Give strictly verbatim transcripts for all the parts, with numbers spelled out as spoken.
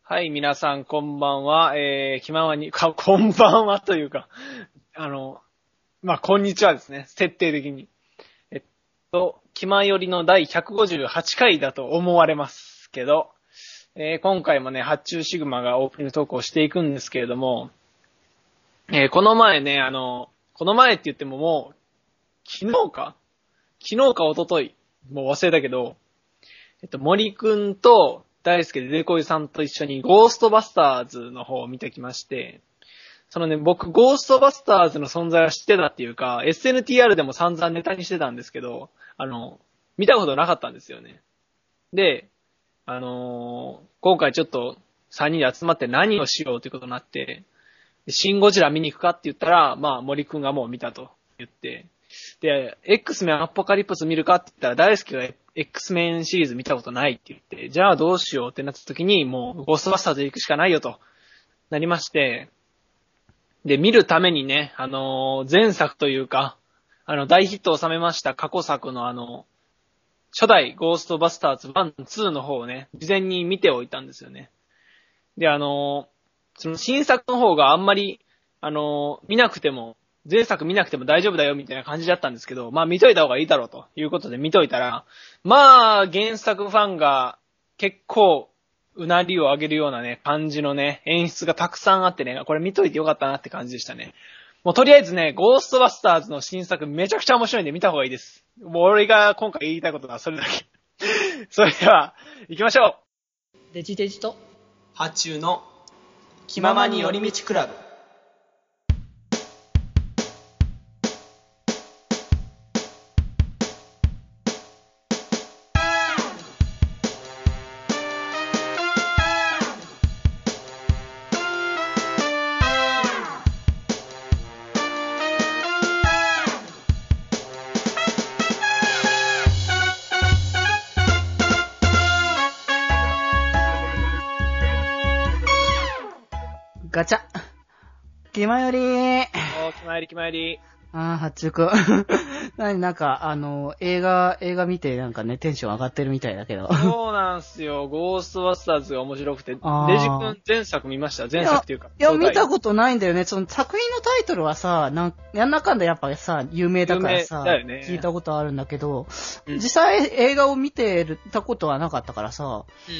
はい、皆さんこんばんは。えー、気ままに、か、こんばんはというか、あの、まあ、こんにちはですね。設定的に。えっと、気まよりの第ひゃくごじゅうはちかいだと思われますけど、えー、今回もね、発注シグマがオープニングトークをしていくんですけれども、えー、この前ね、あの、この前って言ってももう、昨日か昨日か一昨日もう忘れたけど、えっと、森くんと大輔でデコイさんと一緒にゴーストバスターズの方を見てきまして、そのね、僕、ゴーストバスターズの存在は知ってたっていうか、エスエヌティーアール でも散々ネタにしてたんですけど、あの、見たことなかったんですよね。で、あのー、今回ちょっとさんにんで集まって何をしようということになって、シンゴジラ見に行くかって言ったら、まあ森くんがもう見たと言って、で、X メンアポカリプス見るかって言ったら大好きが X メンシリーズ見たことないって言って、じゃあどうしようってなった時にもうゴーストバスターズ行くしかないよとなりまして、で、見るためにね、あのー、前作というか、あの、大ヒットを収めました過去作のあの、初代ゴーストバスターズワン、ツーの方をね、事前に見ておいたんですよね。で、あのー、その新作の方があんまり、あのー、見なくても、前作見なくても大丈夫だよみたいな感じだったんですけど、まあ見といた方がいいだろうということで見といたら、まあ原作ファンが結構うなりを上げるようなね、感じのね、演出がたくさんあってね、これ見といてよかったなって感じでしたね。もうとりあえずね、ゴーストバスターズの新作めちゃくちゃ面白いんで見た方がいいです。もう俺が今回言いたいことはそれだけ。それでは、行きましょう。デジデジと、 発注の気ままに寄り道クラブ。 ガチャ。気まよりー。 おー、気まより気まより。 あー、発注くん。なになんか、あの、映画、映画見てなんかね、テンション上がってるみたいだけど。 そうなんすよ。ゴーストバスターズが面白くて。デジ君前作見ました？前作っていうか。 いや、いや見たことないんだよね。その作品のタイトルはさ、なん、やんなかんだやっぱさ、有名だからさ、ね、聞いたことあるんだけど、うん、実際映画を見てたことはなかったからさ、うん、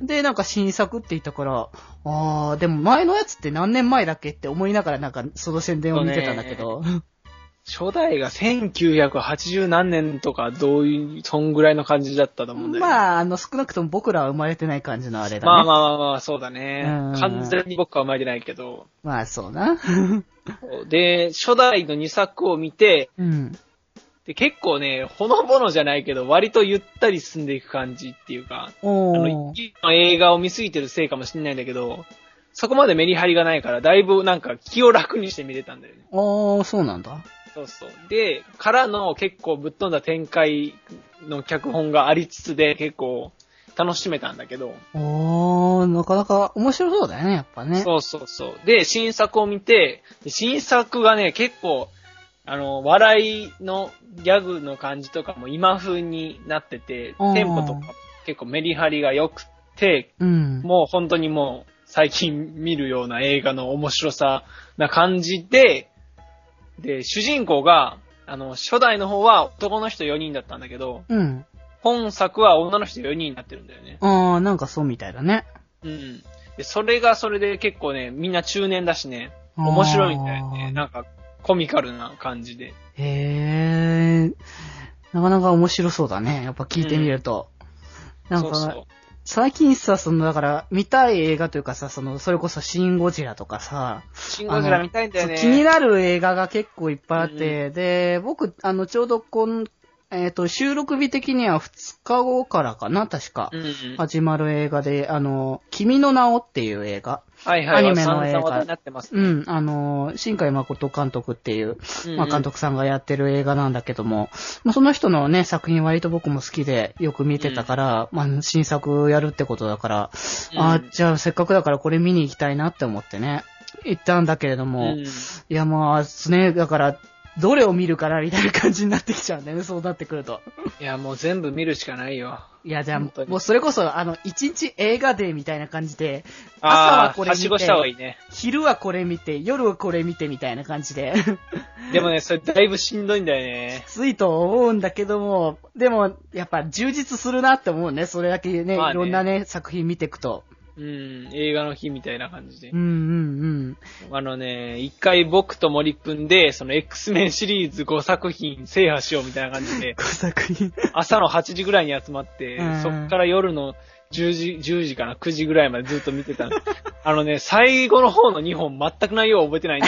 で、なんか新作って言ったから、あー、でも前のやつって何年前だっけって思いながらなんかその宣伝を見てたんだけど。 初代がせんきゅうひゃくはちじゅう何年とか、どういう、そんぐらいの感じだったと思うんだよね。 まあ、あの、少なくとも僕らは生まれてない感じのあれだね。 まあまあまあまあ、そうだね。完全に僕は生まれてないけど。 まあ、そうな。 で、初代のにさくを見て、 うん、 で結構ね、ほのぼのじゃないけど、割とゆったり進んでいく感じっていうか、あの、映画を見すぎてるせいかもしれないんだけど、そこまでメリハリがないから、だいぶなんか気を楽にして見れたんだよね。 ああ、そうなんだ。 そうそう。で、からの結構ぶっ飛んだ展開の脚本がありつつで結構楽しめたんだけど。 おー、なかなか面白そうだよね、やっぱね。 そうそうそう。で、新作を見て、新作がね、結構、あの、笑いのギャグの感じとかも今風になってて、テンポとか結構メリハリが良くて、 うん、 もう本当にもう最近見るような映画の面白さな感じで、で、主人公が、あの、初代の方は男の人よにんだったんだけど、 うん。 本作は女の人よにんになってるんだよね。 ああ、なんかそうみたいだね。 うん。で、それがそれで結構ね、みんな中年だしね、面白いんだよね。なんか、コミカルな感じで。 へー。なかなか面白そうだね。やっぱ聞いてみると。うん、なんか、そうそう最近さ、その、だから、見たい映画というかさ、その、それこそシン・ゴジラとかさ、 シン・ゴジラ見たいんだよね。 気になる映画が結構いっぱいあって、うん、で、僕、あの、ちょうどこん、えっと、収録日的にはふつかごからかな、確か、うんうん、始まる映画で、あの、君の名をっていう映画。 はいはい。 アニメの映画。 になってますね、 うん、あの、新海誠監督っていう、うんうん、まあ監督さんがやってる映画なんだけども、まあその人のね、作品割と僕も好きでよく見てたから、うん、まあ新作やるってことだから、うん、あじゃあせっかくだからこれ見に行きたいなって思ってね、行ったんだけれども、うん、いやまあ、ね、だから、 どれを見るかなみたいな感じになってきちゃうんだよね、そうなってくると。 いや、もう全部見るしかないよ。 いや、じゃあ、もうそれこそ、あの、一日映画デーみたいな感じで、朝はこれ見て、はしごした方がいいね。昼はこれ見て、夜はこれ見てみたいな感じで。 でもね、それだいぶしんどいんだよね。 きついと思うんだけども、でも、やっぱ充実するなって思うね。それだけね、まあね、いろんなね、作品見ていくと。 うん、映画の日みたいな感じで。 うんうんうん。 あのね、一回僕と森くんで、その X メンシリーズごさく品制覇しようみたいな感じで。 ごさく品朝のはちじぐらいに集まって、うん、そっから夜のじゅうじ、じゅうじかな、くじぐらいまでずっと見てた。あのね、最後の方のにほん全く内容を覚えてないんで。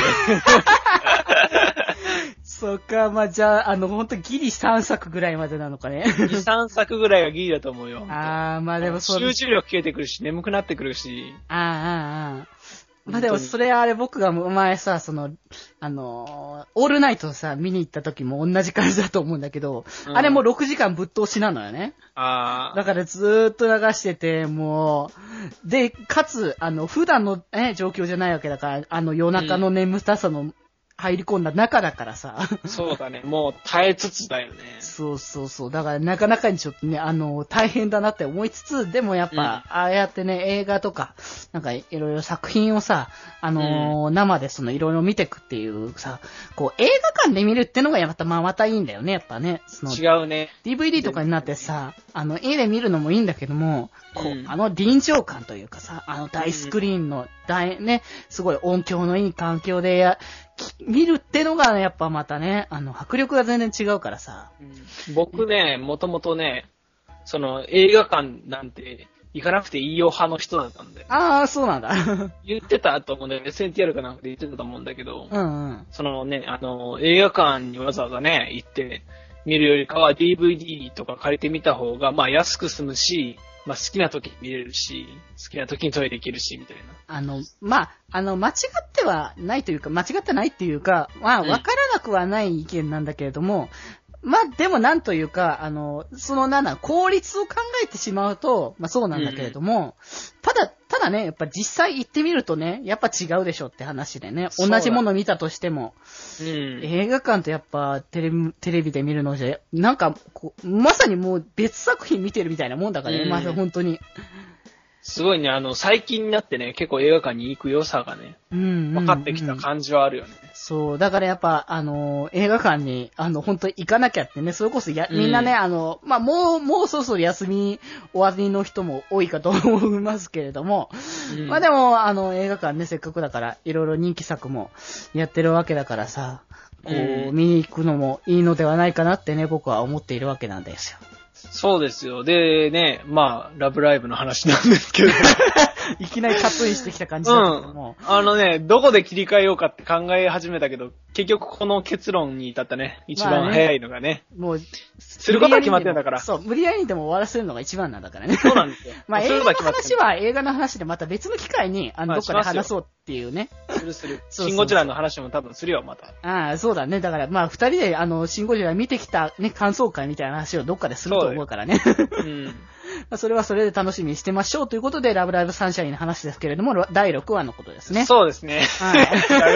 そっか、まあ、じゃあ、あの、ほんとギリさんさくぐらいまでなのかね。 に、さんさくぐらいがギリだと思うよ。 ああ、まあでもそう。 集中力消えてくるし、眠くなってくるし。 ああ、ああ。まあでもそれあれ僕が前さ、その、あのー、オールナイトさ、見に行った時も同じ感じだと思うんだけど、うん、あれもろくじかんぶっ通しなのよね。 ああ。 だからずーっと流してて、もう、で、かつ、あの、普段のね、状況じゃないわけだから、あの夜中の眠たさの、うん入り込んだ中だからさ。 そうだね。もう耐えつつだよね。 そうそうそう。だからなかなかにちょっとね、あの、大変だなって思いつつ、でもやっぱ、うん、ああやってね、映画とか、なんかいろいろ作品をさ、あのーうん、生でそのいろいろ見てくっていうさ、こう映画館で見るってのがやっぱまあまたいいんだよね、やっぱね。その違うね。 ディーブイディー とかになってさ、あの、家で見るのもいいんだけども、こう、うん、あの臨場感というかさ、あの大スクリーンの大、ね、すごい音響のいい環境でや、見るってのが、ね、やっぱまたね、あの、迫力が全然違うからさ。 うん、僕ね、もともとね、その映画館なんて行かなくていいよ派の人だったんで。 ああ、そうなんだ。 言ってたと思うんだよね。エスエヌティーアール かなんかで言ってたと思うんだけど、 うんうん、 そのね、あの、映画館にわざわざね、行って見るよりかは ディーブイディー とか借りてみた方が、まあ安く済むし、まあ好きな時に見れるし、好きな時にトイレ行けるし、みたいな。 あの、まあ、あの、間違ってはないというか、間違ってないっていうか、まあ、わからなくはない意見なんだけれども、うん、まあ、でもなんというか、あの、そのなんだ、効率を考えてしまうと、まあそうなんだけれども、うん、ただ、ただね、やっぱ実際行ってみるとね、やっぱ違うでしょって話でね、同じもの見たとしても、うん、映画館とやっぱテレビ、テレビで見るのじゃ、なんかこう、まさにもう別作品見てるみたいなもんだからね、うん、まあ本当に。 すごいね、あの、最近になってね、結構映画館に行く良さがね、うんうんうん、分かってきた感じはあるよね。 そう、だからやっぱ、あの、映画館に、あの、本当に行かなきゃってね、それこそや、みんなね、うん、あの、まあ、もう、もうそろそろ休み終わりの人も多いかと思いますけれども、うん、まあでも、あの、映画館ね、せっかくだから、いろいろ人気作もやってるわけだからさ、こう、うん、見に行くのもいいのではないかなってね、僕は思っているわけなんですよ。 そうですよ。で、ね、まあ、ラブライブの話なんですけど。 いきなりカットインしてきた感じだけども、 うん。あのね、どこで切り替えようかって考え始めたけど、結局この結論に至ったね、一番早いのがね。まあ、ねもう、することは決まってるんだから。 そう、無理やりにでも終わらせるのが一番なんだからね。 そうなんですよ。 まあ、映画の話は映画の話でまた別の機会に、あの、まあ、どっかで話そうっていうね。 するする。シンゴジラの話も多分するよ、また。 ああ、そうだね。だから、まあ、二人で、あの、シンゴジラ見てきたね、感想会みたいな話をどっかですると思うからね。うん。それはそれで楽しみにしてましょうということで、ラブライブサンシャインの話ですけれども、だいろくわのことですね。 そうですね。はい、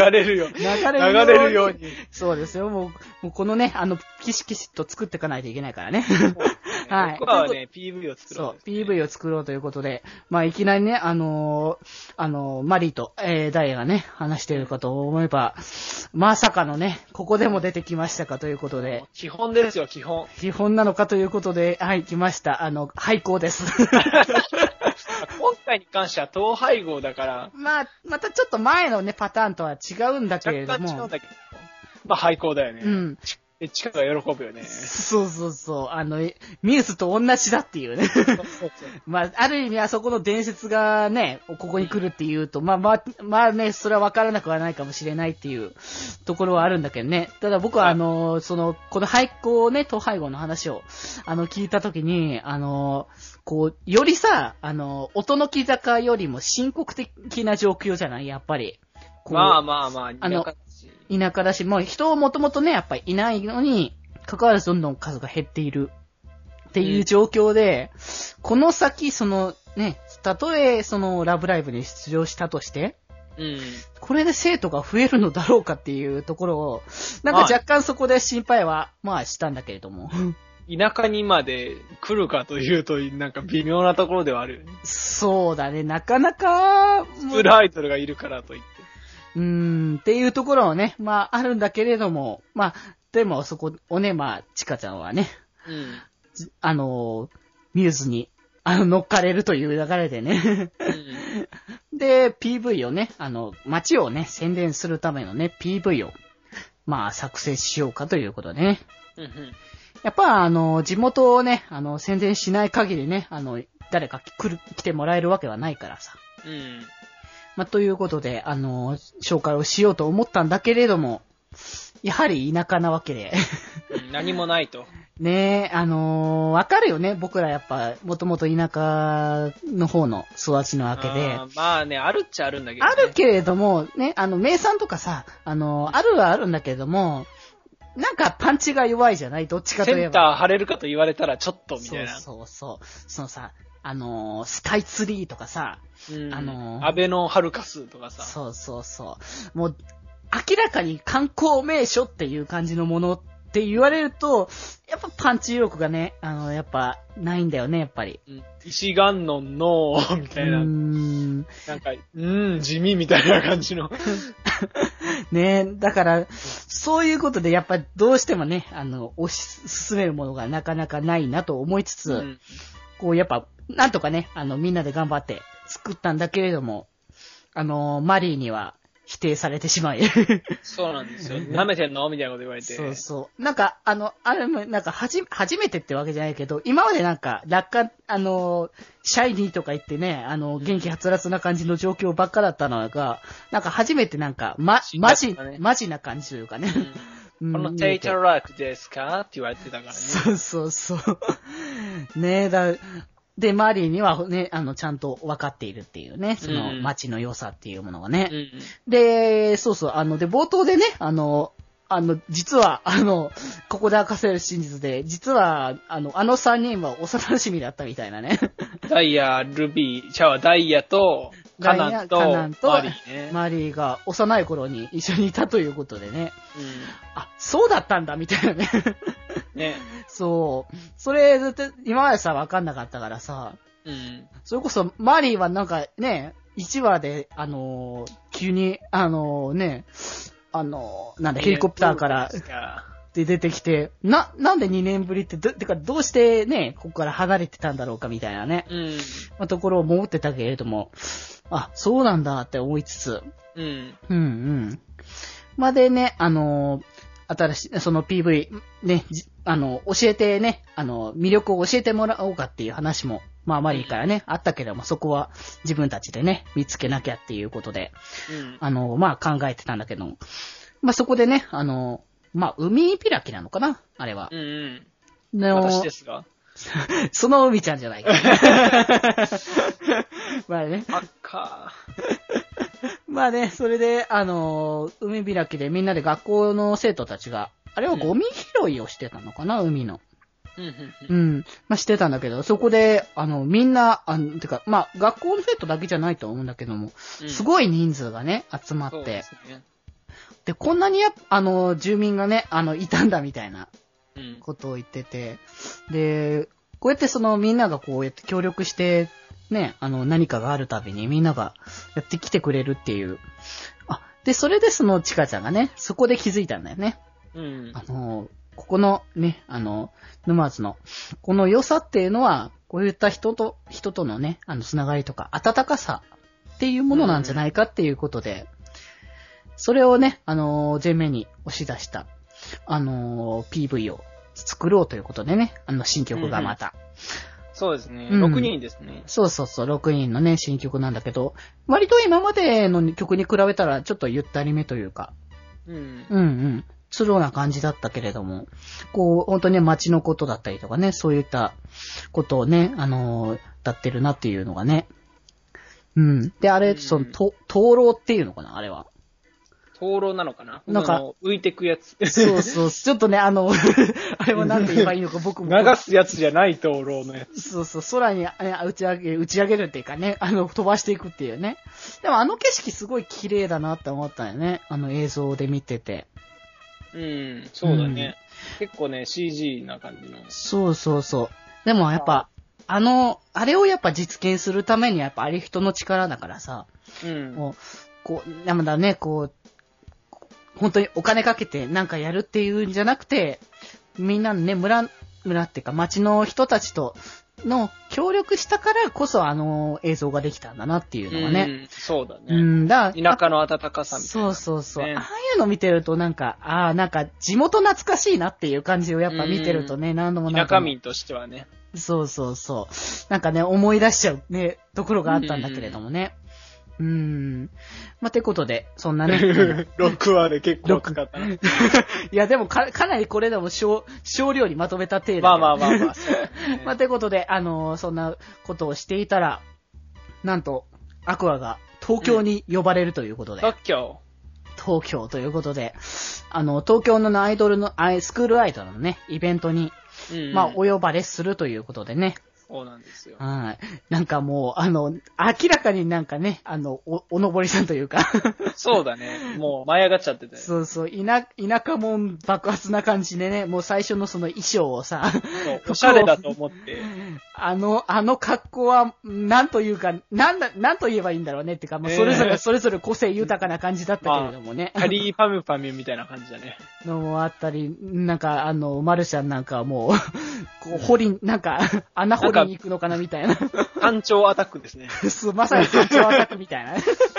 流れるよ。流れるように。流れるように。 そうですよ。もう、もうこのね、あの、キシキシと作っていかないといけないからね。 はい。僕はね、ピーブイ を作ろう、ね。 そう、ピーブイ を作ろうということで、まあ、いきなりね、あのー、あのー、マリーと、えー、ダイヤがね、話しているかと思えば、まさかのね、ここでも出てきましたかということで。 基本ですよ、基本。 基本なのかということで、はい、来ました。あの、廃校です。 今回に関しては統廃合だから。 まあ、またちょっと前のね、パターンとは違うんだけれども。 若干違うんだけど。まあ、廃校だよね。 うん。 チカが喜ぶよね。 そうそうそう。あの、ミュースと同じだっていうね。そうそうそうまあ、ある意味あそこの伝説がね、ここに来るっていうと、まあまあ、まあね、それは分からなくはないかもしれないっていうところはあるんだけどね。ただ僕はあの、その、この廃校ね、統廃合の話を、あの、聞いたときに、あの、こう、よりさ、あの、音の木坂よりも深刻的な状況じゃないやっぱり。 まあまあまあ、 あの、田舎だし、もう人をもともとね、やっぱりいないのに、関わらずどんどん数が減っているっていう状況で、うん、この先、そのね、たとえそのラブライブに出場したとして、 うん。 これで生徒が増えるのだろうかっていうところを、なんか若干そこで心配は、まあしたんだけれども。 田舎にまで来るかというと、なんか微妙なところではあるよね。 そうだね、なかなか、 スクールアイドルがいるからといって。 うーん、っていうところはね、まああるんだけれども、まあ、でもそこをね、まあ、ちかちゃんはね、 うん。 あの、ミューズに、あの、乗っかれるという流れでね。 うん、 で、ピーブイ をね、あの、街をね、宣伝するためのね、ピーブイ を、まあ、作成しようかということでね。 うんうん、 やっぱ、あの、地元をね、あの、宣伝しない限りね、あの、誰か来る、来てもらえるわけはないからさ。 うん。 まあ、ということで、あの、紹介をしようと思ったんだけれども、やはり田舎なわけで。 何もないと。 ねえ、あのー、わかるよね。僕らやっぱ、もともと田舎の方の育ちなわけで。 あまあね、あるっちゃあるんだけど、ね。 あるけれども、ね、あの、名産とかさ、あのー、あるはあるんだけれども、なんかパンチが弱いじゃない？どっちかといえば。 センター張れるかと言われたらちょっとみたいな。 そうそうそう。そのさ、あのー、スカイツリーとかさ、 うん、 あのー、 安倍のハルカスとかさ。 そうそうそう。もう、明らかに観光名所っていう感じのものって言われると、やっぱパンチ力がね、あの、やっぱないんだよね、やっぱり。 うん、石観音の、みたいな。うーん。なんか、うーん、地味みたいな感じの。 ねえ、だから、そういうことでやっぱどうしてもね、あの、推し進めるものがなかなかないなと思いつつ、うん、こうやっぱ、なんとかね、あの、みんなで頑張って作ったんだけれども、あの、マリーには、否定されてしまい。 そうなんですよ。舐めてんのみたいなこと言われて。 そうそう。なんか、あの、あれも、なんか、はじ、初めてってわけじゃないけど、今までなんか、落下、あの、シャイニーとか言ってね、あの、元気はつらつな感じの状況ばっかだったのが、なんか初めてなんか、ま、マジ、マジな感じというかね。 うん、このテイタラックですかって言われてたからね。 そうそうそう。ねえ、だ、で、マリーにはね、あの、ちゃんと分かっているっていうね、その街の良さっていうものがね。うんうん、で、そうそう、あの、で、冒頭でね、あの、あの、実は、あの、ここで明かせる真実で、実は、あの、あの三人は幼馴染だったみたいなね。 ダイヤ、ルビー、シャワー、ダイヤと、カナンと、カナンとマリーね。 マリーが幼い頃に一緒にいたということでね。うん、あ、そうだったんだ、みたいなね。 ね。 そう。それ、ずっと、今までさ、わかんなかったからさ。うん。それこそ、マリーはなんかね、いちわで、あのー、急に、あのー、ね、あのー、なんだ、ヘリコプターから、で出てきて、な、なんでにねんぶりって、ど、てか、どうしてね、ここから離れてたんだろうか、みたいなね。うん。まあ、ところを思ってたけれども、あ、そうなんだって思いつつ。うん。うんうん。まあ、でね、あのー、新しい、その ピーブイ、ね、あの、教えてね、あの、魅力を教えてもらおうかっていう話も、まあ、マリーからね、あったけども、そこは自分たちでね、見つけなきゃっていうことで、うん、あの、まあ、考えてたんだけども、まあ、そこでね、あの、まあ、海開きなのかなあれは。 うんうん。私ですがその海ちゃんじゃないか。まあね。 あっかまあね、それで、あのー、海開きでみんなで学校の生徒たちが、あれはゴミ拾いをしてたのかな、うん、海の。うん、うん。まあ、してたんだけど、そこで、あの、みんな、あの、てか、まあ、学校の生徒だけじゃないと思うんだけども、うん、すごい人数がね、集まって。そうですね。で、こんなにや、あの、住民がね、あの、いたんだみたいな、ことを言ってて、うん、で、こうやってその、みんながこうやって協力して、ね、あの、何かがあるたびにみんながやってきてくれるっていう。あ、で、それでそのチカちゃんがね、そこで気づいたんだよね。うん。あの、ここのね、あの、沼津の、この良さっていうのは、こういった人と、人とのね、あの、つながりとか、温かさっていうものなんじゃないかっていうことで、うん、それをね、あの、前面に押し出した、あの、ピーブイ を作ろうということでね、あの、新曲がまた。うんそうですね。ろくにんですね。 そうそうそう、ろくにんのね、新曲なんだけど、割と今までの曲に比べたらちょっとゆったりめというか、うん。うんうん。スローな感じだったけれども、こう、本当に街のことだったりとかね、そういったことをね、あのー、歌ってるなっていうのがね。うん。で、あれ、うん、その、と、灯籠っていうのかな、あれは。 灯籠なのかななんか、 浮いてくやつ。 そうそう。ちょっとね、あの、あれはなんて言えばいいのか僕も。 流すやつじゃない灯籠のやつ。 そうそう。空に打ち上げ、打ち上げるっていうかね、あの、飛ばしていくっていうね。でもあの景色すごい綺麗だなって思ったよね。あの映像で見てて。 うん、そうだね。うん、結構ね、シージー な感じの。 そうそうそう。でもやっぱ、あの、あれをやっぱ実現するためにはやっぱあれ人の力だからさ。うん。もう、こう、なんだね、こう、本当にお金かけてなんかやるっていうんじゃなくて、みんなのね、村、村っていうか町の人たちとの協力したからこそあの映像ができたんだなっていうのがね。うん、 そうだね。 うん、だ田舎の温かさみたいな、 ね。そうそうそう。ああいうの見てるとなんか、ああ、なんか地元懐かしいなっていう感じをやっぱ見てるとね、何度も何度も。 田舎民としてはね。 そうそうそう。なんかね、思い出しちゃうね、ところがあったんだけれどもね。うーん。まあ、てことで、そんなね。 ろくわで結構使ったな。いや、でもか、かなりこれでも少、少量にまとめた程度。 まあまあまあまあ。 ね、まあ、てことで、あのー、そんなことをしていたら、なんと、アクアが東京に呼ばれるということで。 東京東京ということで、あの、東京のアイドルの、スクールアイドルのね、イベントに、うんうん、まあ、お呼ばれするということでね。 そうなんですよ。 はい。なんかもう、あの、明らかになんかね、あの、お、おのぼりさんというか。 そうだね。もう舞い上がっちゃってて。 そうそう。田、田舎もん爆発な感じでね、もう最初のその衣装をさ。そう、 おしゃれだと思って。 あの、あの格好は、なんというか、なんだ、なんと言えばいいんだろうねっていうか、もうそれぞれ、えー、それぞれ個性豊かな感じだったけれどもね。 まあ、カリーパムパミュみたいな感じだね。 のもあったり、なんか、あの、マルシャンなんかはもう、こう、掘り、なんか、穴掘りに行くのかなみたいな。 単調アタックですね。 そう、まさに単調アタックみたいな。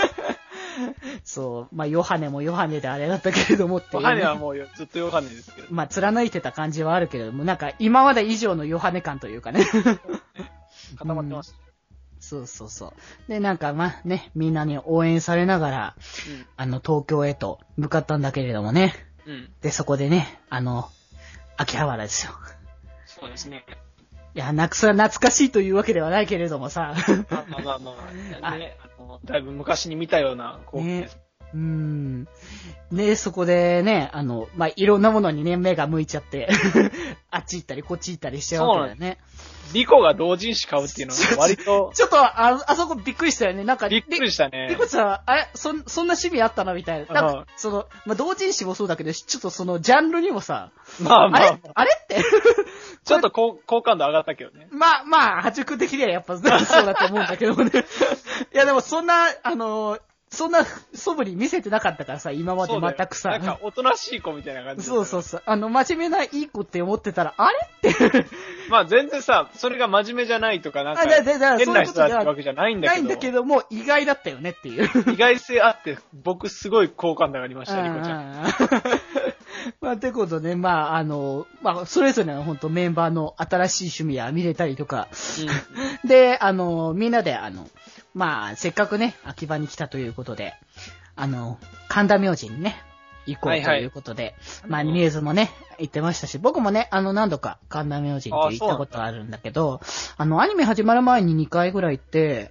そう、まあ、ヨハネもヨハネであれだったけれどもって、 ね。ヨハネはもうずっとヨハネですけど。 まあ、貫いてた感じはあるけれども、なんか、今まで以上のヨハネ感というかね。 固まってました。うん、 そうそうそう。で、なんか、まあね、みんなに応援されながら、うん、あの、東京へと向かったんだけれどもね。うん、で、そこでね、あの、秋葉原ですよ。 そうですね。 いや、なくそれは懐かしいというわけではないけれどもさ。 まあまあまあまあ、ね、あのだいぶ昔に見たような光景です。 ね、うーん。で、そこでね、あの、まあ、いろんなものにね、目が向いちゃって、あっち行ったりこっち行ったりしちゃうわけだよね。 リコが同人誌買うっていうのは割と。 ちょっと、あ、あそこびっくりしたよね。なんか、 びっくりしたね。 リコさ、あれ、そ、そんな趣味あったなみたいな。なんか、その、まあ、同人誌もそうだけど、ちょっとその、ジャンルにもさ、 まあまあ、まあ、 あれあれって。 ちょっと好好感度上がったけどね。 まあまあ、八君的にはやっぱそうだと思うんだけどね。いやでもそんな、あのー、そんな素振り見せてなかったからさ、今まで全くさ。 なんか、おとなしい子みたいな感じ。 そうそうそう。あの、真面目ないい子って思ってたら、あれって。 まあ全然さ、それが真面目じゃないとか、なんか、変な人だってわけじゃないんだけど。 ないんだけども、意外だったよねっていう。 意外性あって、僕すごい好感度上がりました、リコちゃん。 まあ、てことで、まあ、あの、まあ、それぞれの本当メンバーの新しい趣味や見れたりとか、うん、で、あの、みんなで、あの、まあ、せっかくね、秋葉に来たということで、あの、神田明神にね、行こうということで、はいはい、まあ、ニュースもね、行ってましたし、僕もね、あの、何度か神田明神って行ったことあるんだけど、あの、アニメ始まる前ににかいぐらい行って、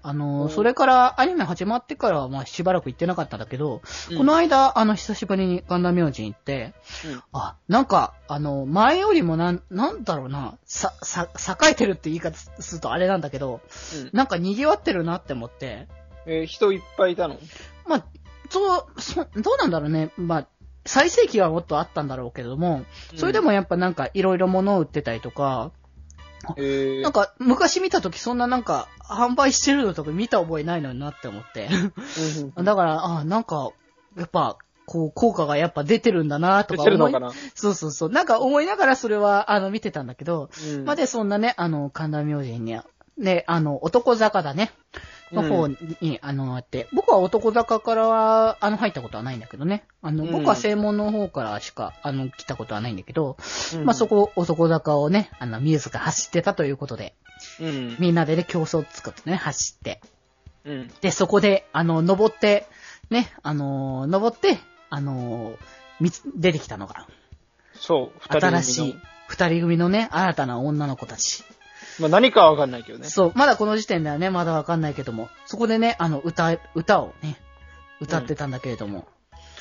あの、それからアニメ始まってからは、まあ、しばらく行ってなかったんだけど、うん、この間、あの、久しぶりに神田明神行って、うん、あ、なんか、あの、前よりもなん、なんだろうな、さ、さ、栄えてるって言い方するとあれなんだけど、うん、なんか賑わってるなって思って。 えー、人いっぱいいたの？ まあ、そう、そ、どうなんだろうね。まあ、最盛期はもっとあったんだろうけれども、それでもやっぱなんかいろいろ物を売ってたりとか、うん、なんか昔見たときそんななんか販売してるのとか見た覚えないのになって思って。だから、あ、なんか、やっぱ、こう、効果がやっぱ出てるんだなとか思い。 出てるのかな？ そうそうそう。なんか思いながらそれは、あの、見てたんだけど、うん、まあ、で、そんなね、あの、神田明神に、ね、あの、男坂だね。の方に、うん、あの、あって、僕は男坂からは、あの、入ったことはないんだけどね。あの、うん、僕は正門の方からしか、あの、来たことはないんだけど、うん、まあ、そこ、男坂をね、あの、ミューズが走ってたということで、うん、みんなでね、競争作ってね、走って、うん、で、そこで、あの、登って、ね、あの、登って、あの、みつ、出てきたのが、 そう、二人組の。 新しい、二人組のね、新たな女の子たち。 まあ何かはわかんないけどね。 そう、まだこの時点ではね、まだわかんないけども、そこでね、あの、歌、歌をね、歌ってたんだけれども、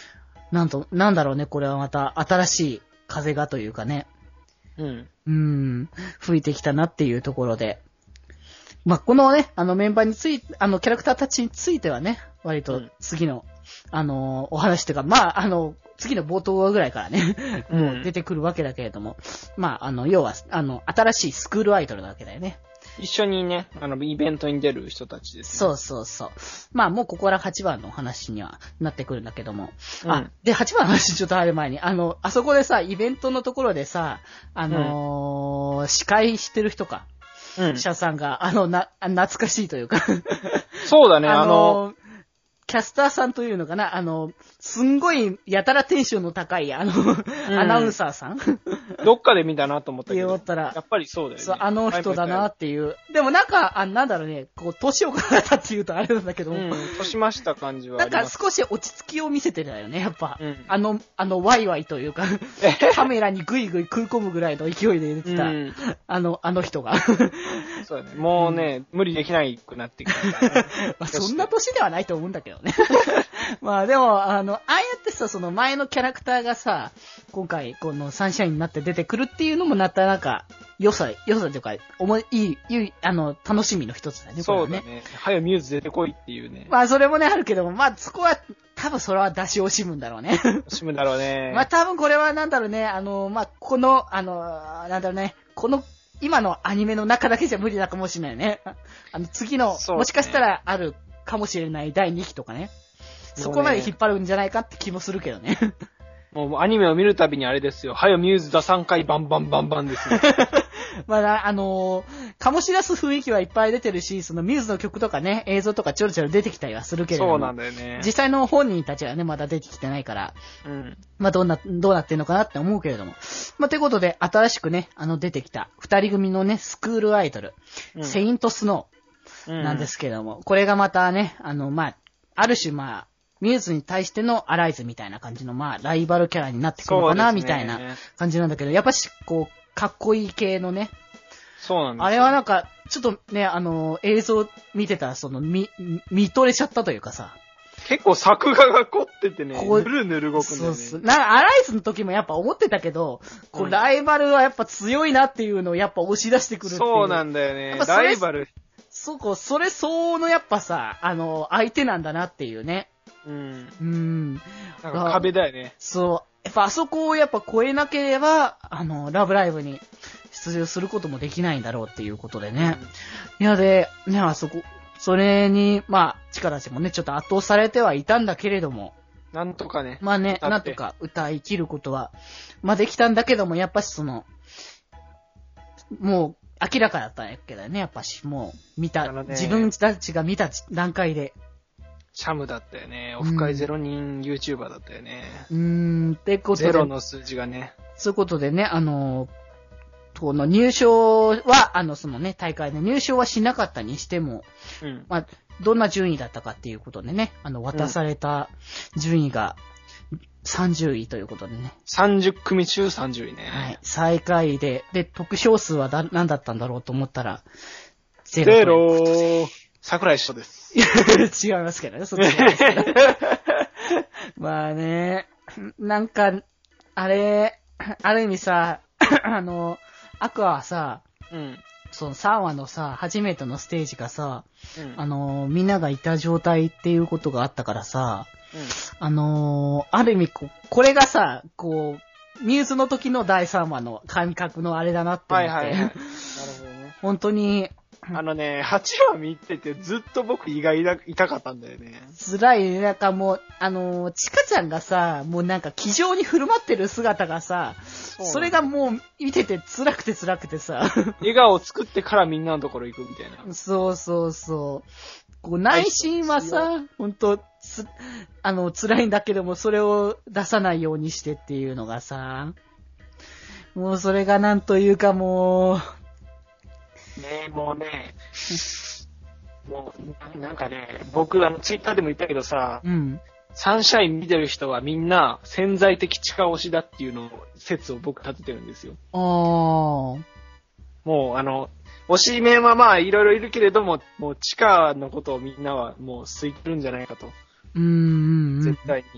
なんと、なんだろうね、これはまた新しい風がというかね。 うん。 うーん、吹いてきたなっていうところで。まあ、このね、あのメンバーについて、あのキャラクターたちについてはね、割と次の、うん、あの、お話というか、まあ、あの、次の冒頭ぐらいからね、 うん、 もう出てくるわけだけれども、まあ、あの、要は、あの、新しいスクールアイドルなわけだよね。 一緒にね、あの、イベントに出る人たちですね。 そうそうそう。まあ、もうここからはちばんの話にはなってくるんだけども。 うん、 あ、で、はちばんの話ちょっとある前に、あの、あそこでさ、イベントのところでさ、あのーうん、司会してる人か。 うん。 社さんが、あの、な、懐かしいというか。 そうだね、 あのー、 あの、 キャスターさんというのかな、あの、すんごい、やたらテンションの高い、あの、うん、アナウンサーさんどっかで見たなと思ったけど。 言ったら、 やっぱりそうだよね。 そう、あの人だなっていう。でもなんか、あ、なんだろうね、こう、年を重ねたっていうとあれなんだけど。 うん、年ました感じはあります。なんか少し落ち着きを見せてたよね、やっぱ。 うん、 あの、あの、ワイワイというか、カメラにグイグイ食い込むぐらいの勢いで出てた、うん、あの、あの人が。 そうだね。もうね、うん、無理できないくなってきた、ね。 まあ、そんな年ではないと思うんだけどね。まあでも、あの、ああやってさ、その前のキャラクターがさ、今回、このサンシャインになって出てくるっていうのもなったらなんか、良さ、良さというか、思い、いい、いい、あの、楽しみの一つだね、 そうだね。ねはよミューズ出てこいっていうね。 まあそれもね、あるけども、まあそこは、多分それは出し惜しむんだろうね。 惜しむんだろうね。 まあ多分これはなんだろうね、あの、まあこの、あの、なんだろうね、この、今のアニメの中だけじゃ無理だかもしれないね。あの、次の、ね、もしかしたらあるかもしれないだいにきとかね。そこまで引っ張るんじゃないかって気もするけどね。 もうアニメを見るたびにあれですよ。はよミューズださんかいバンバンバンバンですよ。 まあ、あのー、醸し出す雰囲気はいっぱい出てるし、そのミューズの曲とかね、映像とかちょろちょろ出てきたりはするけれども。 そうなんだよね。 実際の本人たちはね、まだ出てきてないから。 うん。 まあ、どうな、どうなってんのかなって思うけれども。まあ、ということで、新しくね、あの、出てきた、二人組のね、スクールアイドル、うん、セイントスノーなんですけれども、うん、これがまたね、あの、まあ、ある種まあ、ミューズに対してのアライズみたいな感じの、まあ、ライバルキャラになってくるのかな、みたいな感じなんだけど、やっぱし、こう、かっこいい系のね。 そうなんですよ。 あれはなんか、ちょっとね、あの、映像見てたら、その、見、見とれちゃったというかさ。 結構作画が凝っててね、ぬるぬる動くんだよね。 そうそう。なんか、アライズの時もやっぱ思ってたけど、こう、ライバルはやっぱ強いなっていうのをやっぱ押し出してくるっていう。 そうなんだよね。ライバル。 そうこう、それ相応のやっぱさ、あの、相手なんだなっていうね。 うん。 うん。 なんか壁だよね。 そう。やっぱあそこをやっぱ超えなければ、あの、ラブライブに出場することもできないんだろうっていうことでね。うん、いやで、ね、あそこ、それに、まあ、チカたちもね、ちょっと圧倒されてはいたんだけれども。 なんとかね。 まあね、なんとか歌い切ることは、まあできたんだけども、やっぱしその、もう、明らかだったんやけどね、やっぱし、もう、見た、ね、自分たちが見た段階で。 シャムだったよね。オフ会ゼロにん YouTuber だったよね。 うーん、ってことで。 ゼロの数字がね。 そういうことでね、あの、この入賞は、あの、そのね、大会で入賞はしなかったにしても、 うん、 まあ、どんな順位だったかっていうことでね、あの、渡された順位がさんじゅういということでね。 さんじゅっくみ中さんじゅういね。 はい。最下位で、で、得票数はだ何だったんだろうと思ったら、 ゼロ。ゼロー。桜井翔です。 違いますけどね、そっちですけど。まあね、なんか、あれ、ある意味さ、あの、アクアはさ、 うん、 そのさんわのさ、初めてのステージがさ、 うん、 あの、みんながいた状態っていうことがあったからさ、 うん、 あの、ある意味こ、これがさ、こう、ミューズの時のだいさんわの感覚のあれだなって思って。はいはいはい。なるほどね。 本当に、 あのね、はちわ見ててずっと僕胃が痛かったんだよね。 辛い、なんかもう、あのー、チカちゃんがさ、もうなんか気丈に振る舞ってる姿がさ、そ, それがもう見てて辛くて辛くてさ。 笑顔を作ってからみんなのところ行くみたいな。 そうそうそう。こう内心はさ、ほんと、つ、あの、辛いんだけども、それを出さないようにしてっていうのがさ、もうそれがなんというかもう、 ねえ、もうね、もう、なんかね、僕、あの、ツイッターでも言ったけどさ、 うん。 サンシャイン見てる人はみんな潜在的地下推しだっていうのを、説を僕立ててるんですよ。 ああ。 もう、あの、推し面はまあ、いろいろいるけれども、もう地下のことをみんなはもう空いてるんじゃないかと。 うーん。 絶対に。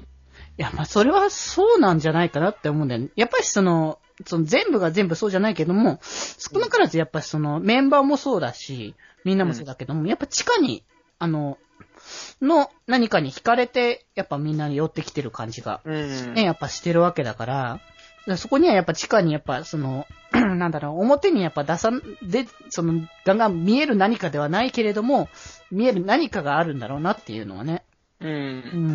いや、まあ、それはそうなんじゃないかなって思うんだよね。やっぱりその、その全部が全部そうじゃないけども、少なからずやっぱりそのメンバーもそうだし、みんなもそうだけども、うん、やっぱ地下に、あの、の何かに惹かれて、やっぱみんなに寄ってきてる感じが、ね、うん、やっぱしてるわけだから、そこにはやっぱ地下にやっぱその、なんだろう、表にやっぱ出さん、で、その、ガンガン見える何かではないけれども、見える何かがあるんだろうなっていうのはね。うん。うん。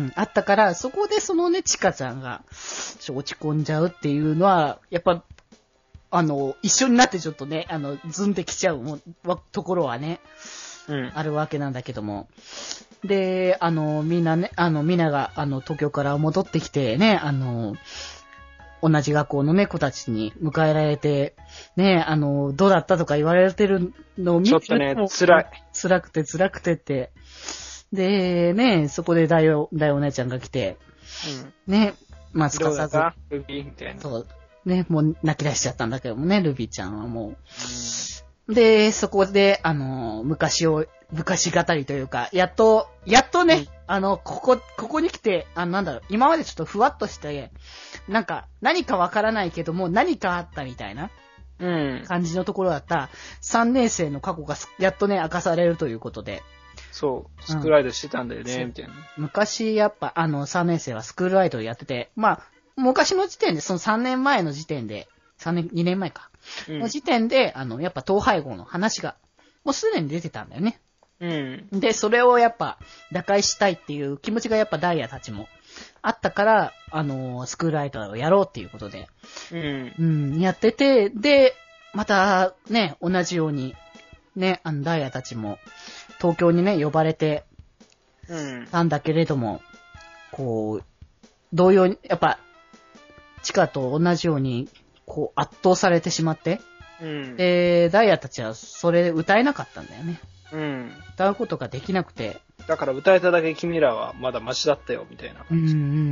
あったから、そこでそのね、チカちゃんが、落ち込んじゃうっていうのは、やっぱ、あの、一緒になってちょっとね、あの、ズンってきちゃうもところはね、うん、あるわけなんだけども。で、あの、みんなね、あの、みんなが、あの、東京から戻ってきてね、あの、同じ学校のね、子たちに迎えられて、ね、あの、どうだったとか言われてるのを見て、 ちょっとね、辛い。 辛くて辛くてって。で、ね、そこで大お、大お姉ちゃんが来て、うん、ね、まあ、すかさず。 ルビーみたいな。 そう。ね、もう泣き出しちゃったんだけどもね、ルビーちゃんはもう。うん、で、そこで、あの、昔を、昔語りというか、やっと、やっとね、うん、あの、ここ、ここに来て、あの、なんだろう、今までちょっとふわっとして、なんか、何かわからないけども、何かあったみたいな、うん、感じのところだった、さんねん生の過去が、やっとね、明かされるということで。 そう、スクールアイドルしてたんだよね、うん、みたいな。 昔、やっぱ、あの、さんねん生はスクールアイドルやってて、まあ、昔の時点で、そのさんねんまえの時点で、さんねん、にねんまえか。うん、の時点で、あの、やっぱ統廃合の話が、もうすでに出てたんだよね。うん。で、それをやっぱ、打開したいっていう気持ちがやっぱダイヤたちもあったから、あの、スクールアイドルをやろうっていうことで、うん。うん、やってて、で、また、ね、同じように、ね、あの、ダイヤたちも、東京にね、呼ばれて、うん。たんだけれども、こう、同様に、やっぱ、チカと同じように、こう、圧倒されてしまって、うん。で、ダイヤたちはそれで歌えなかったんだよね。うん。歌うことができなくて。 だから歌えただけ君らはまだマシだったよ、みたいな感じ。 うんうんうん。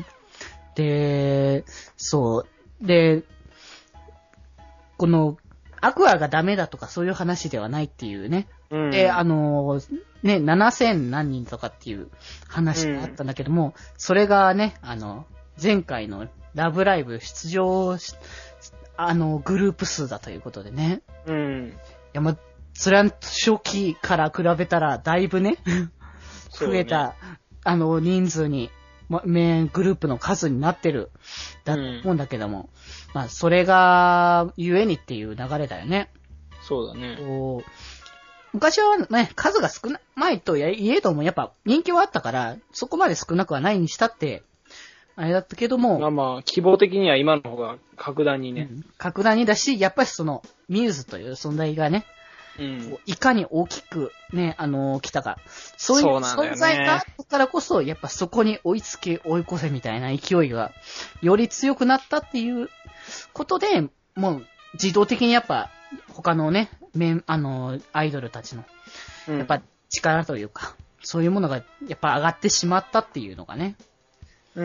で、そう。で、この、アクアがダメだとかそういう話ではないっていうね。うん、で、あの、ね、ななせん何人とかっていう話があったんだけども、うん、それがね、あの、前回のラブライブ出場し、あの、グループ数だということでね。うん。いや、ま、それは初期から比べたらだいぶね、増えた、ね、あの、人数に、ま、メイングループの数になってる、だと思うんだけども、うん、まあ、それが、ゆえにっていう流れだよね。 そうだね。 昔はね、数が少ないといえども、やっぱ人気はあったから、そこまで少なくはないにしたって、あれだったけども。 まあまあ、希望的には今の方が格段にね。 うん、格段にだし、やっぱりその、ミューズという存在がね、うん、いかに大きくね、あのー、来たか。そういう存在があったからこそ、やっぱそこに追いつけ、追い越せみたいな勢いが、より強くなったっていうことで、もう、自動的にやっぱ、他のね、メン、あのー、アイドルたちの、やっぱ力というか、うん、そういうものが、やっぱ上がってしまったっていうのがね。うん。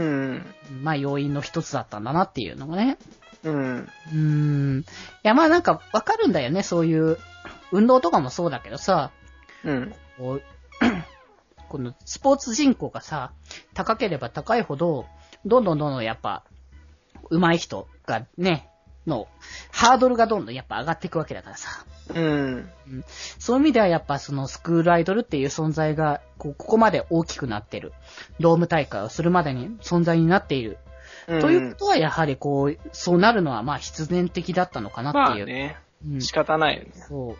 まあ、要因の一つだったんだなっていうのがね。うん。うーん。いや、まあなんかわかるんだよね、そういう、運動とかもそうだけどさ。うん。こうこのスポーツ人口がさ、高ければ高いほど、どんどんどんどんやっぱ、上手い人がね、の、ハードルがどんどんやっぱ上がっていくわけだからさ。うん。うん、そういう意味ではやっぱそのスクールアイドルっていう存在が、こう、ここまで大きくなってる。ドーム大会をするまでに存在になっている。うん、ということはやはりこう、そうなるのはまあ必然的だったのかなっていう。まあね。うん、仕方ないよね。 そう。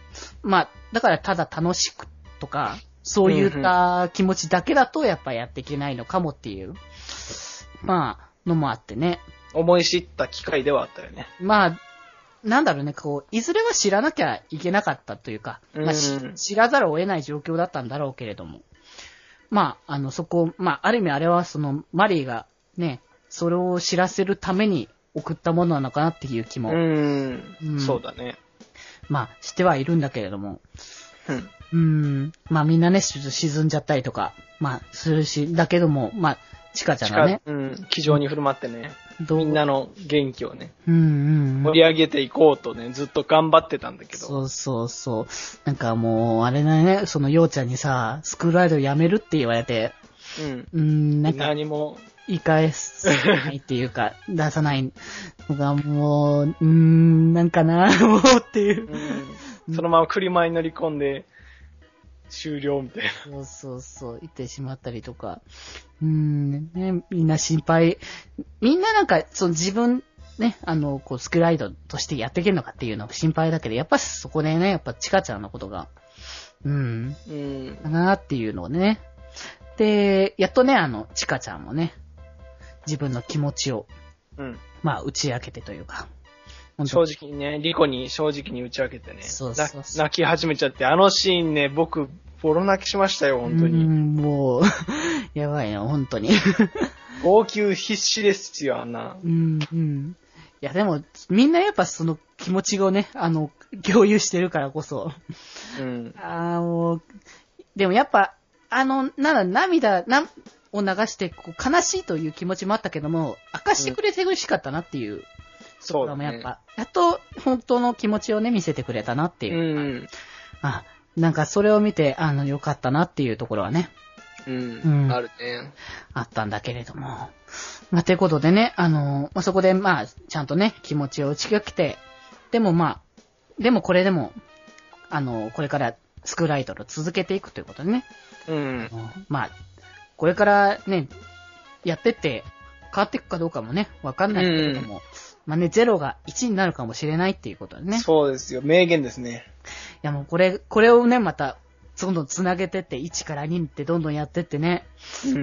まあ、だからただ楽しくとか、そういった気持ちだけだとやっぱやっていけないのかもっていう、まあ、のもあってね。 思い知った機会ではあったよね。 まあ、なんだろうね、こう、いずれは知らなきゃいけなかったというか、まあ、知らざるを得ない状況だったんだろうけれども。まあ、あの、そこ、まあ、ある意味あれはその、マリーがね、それを知らせるために送ったものなのかなっていう気も。うーん、うん、そうだね。 まあ、してはいるんだけれども。うん。うーん。まあみんなね、沈んじゃったりとか、まあ、するし、だけども、まあ、チカちゃんがね。 うん、気丈に振る舞ってね。みんなの元気をね。うんうん、うん。盛り上げていこうとね、ずっと頑張ってたんだけど。 そうそうそう。なんかもう、あれだね、そのようちゃんにさ、スクールアイドル辞めるって言われて。 うん。うん、なんか。何も言い返すないっていうか、出さないのがもう、うーん、なんかな、もうっていう。 うん、そのまま車に乗り込んで、終了みたいな。 そうそうそう、言ってしまったりとか。うーん、ね、みんな心配。みんななんか、その自分、ね、あの、こう、スクライドとしてやっていけるのかっていうのが心配だけど、やっぱそこでね、やっぱチカちゃんのことが、うん、うん、だなっていうのをね。で、やっとね、あの、チカちゃんもね、自分の気持ちを、うん、まあ、打ち明けてというか。 正直にね、リコに正直に打ち明けてね。 そうそうそう。 泣き始めちゃって、あのシーンね、僕、ボロ泣きしましたよ、本当に。 うん、もう、やばいな、本当に。 号泣必死ですよ、あんな。 うん、うん。いや、でも、みんなやっぱその気持ちをね、あの、共有してるからこそ。うん。ああ、もう、でもやっぱ、あの、なんだ、涙、な、を流して、こう、悲しいという気持ちもあったけども、明かしてくれて嬉しかったなっていう。うん、そうだね。やっぱ、やっと本当の気持ちをね、見せてくれたなっていう。うん。あ、なんかそれを見て、あの、よかったなっていうところはね。 うん。うん、あるね。 あったんだけれども。まあ、ということでね、あの、まあ、そこで、まあ、ちゃんとね、気持ちを打ち明けて、でもまあ、でもこれでも、あの、これからスクールアイドルを続けていくということでね。うん。まあ、これからね、やってって変わっていくかどうかもね、わかんないけれども、うん、まあね、ゼロがいちになるかもしれないっていうことでね。 そうですよ、名言ですね。 いやもうこれ、これをね、また、どんどん繋げてって、いちからにってどんどんやってってね、うん、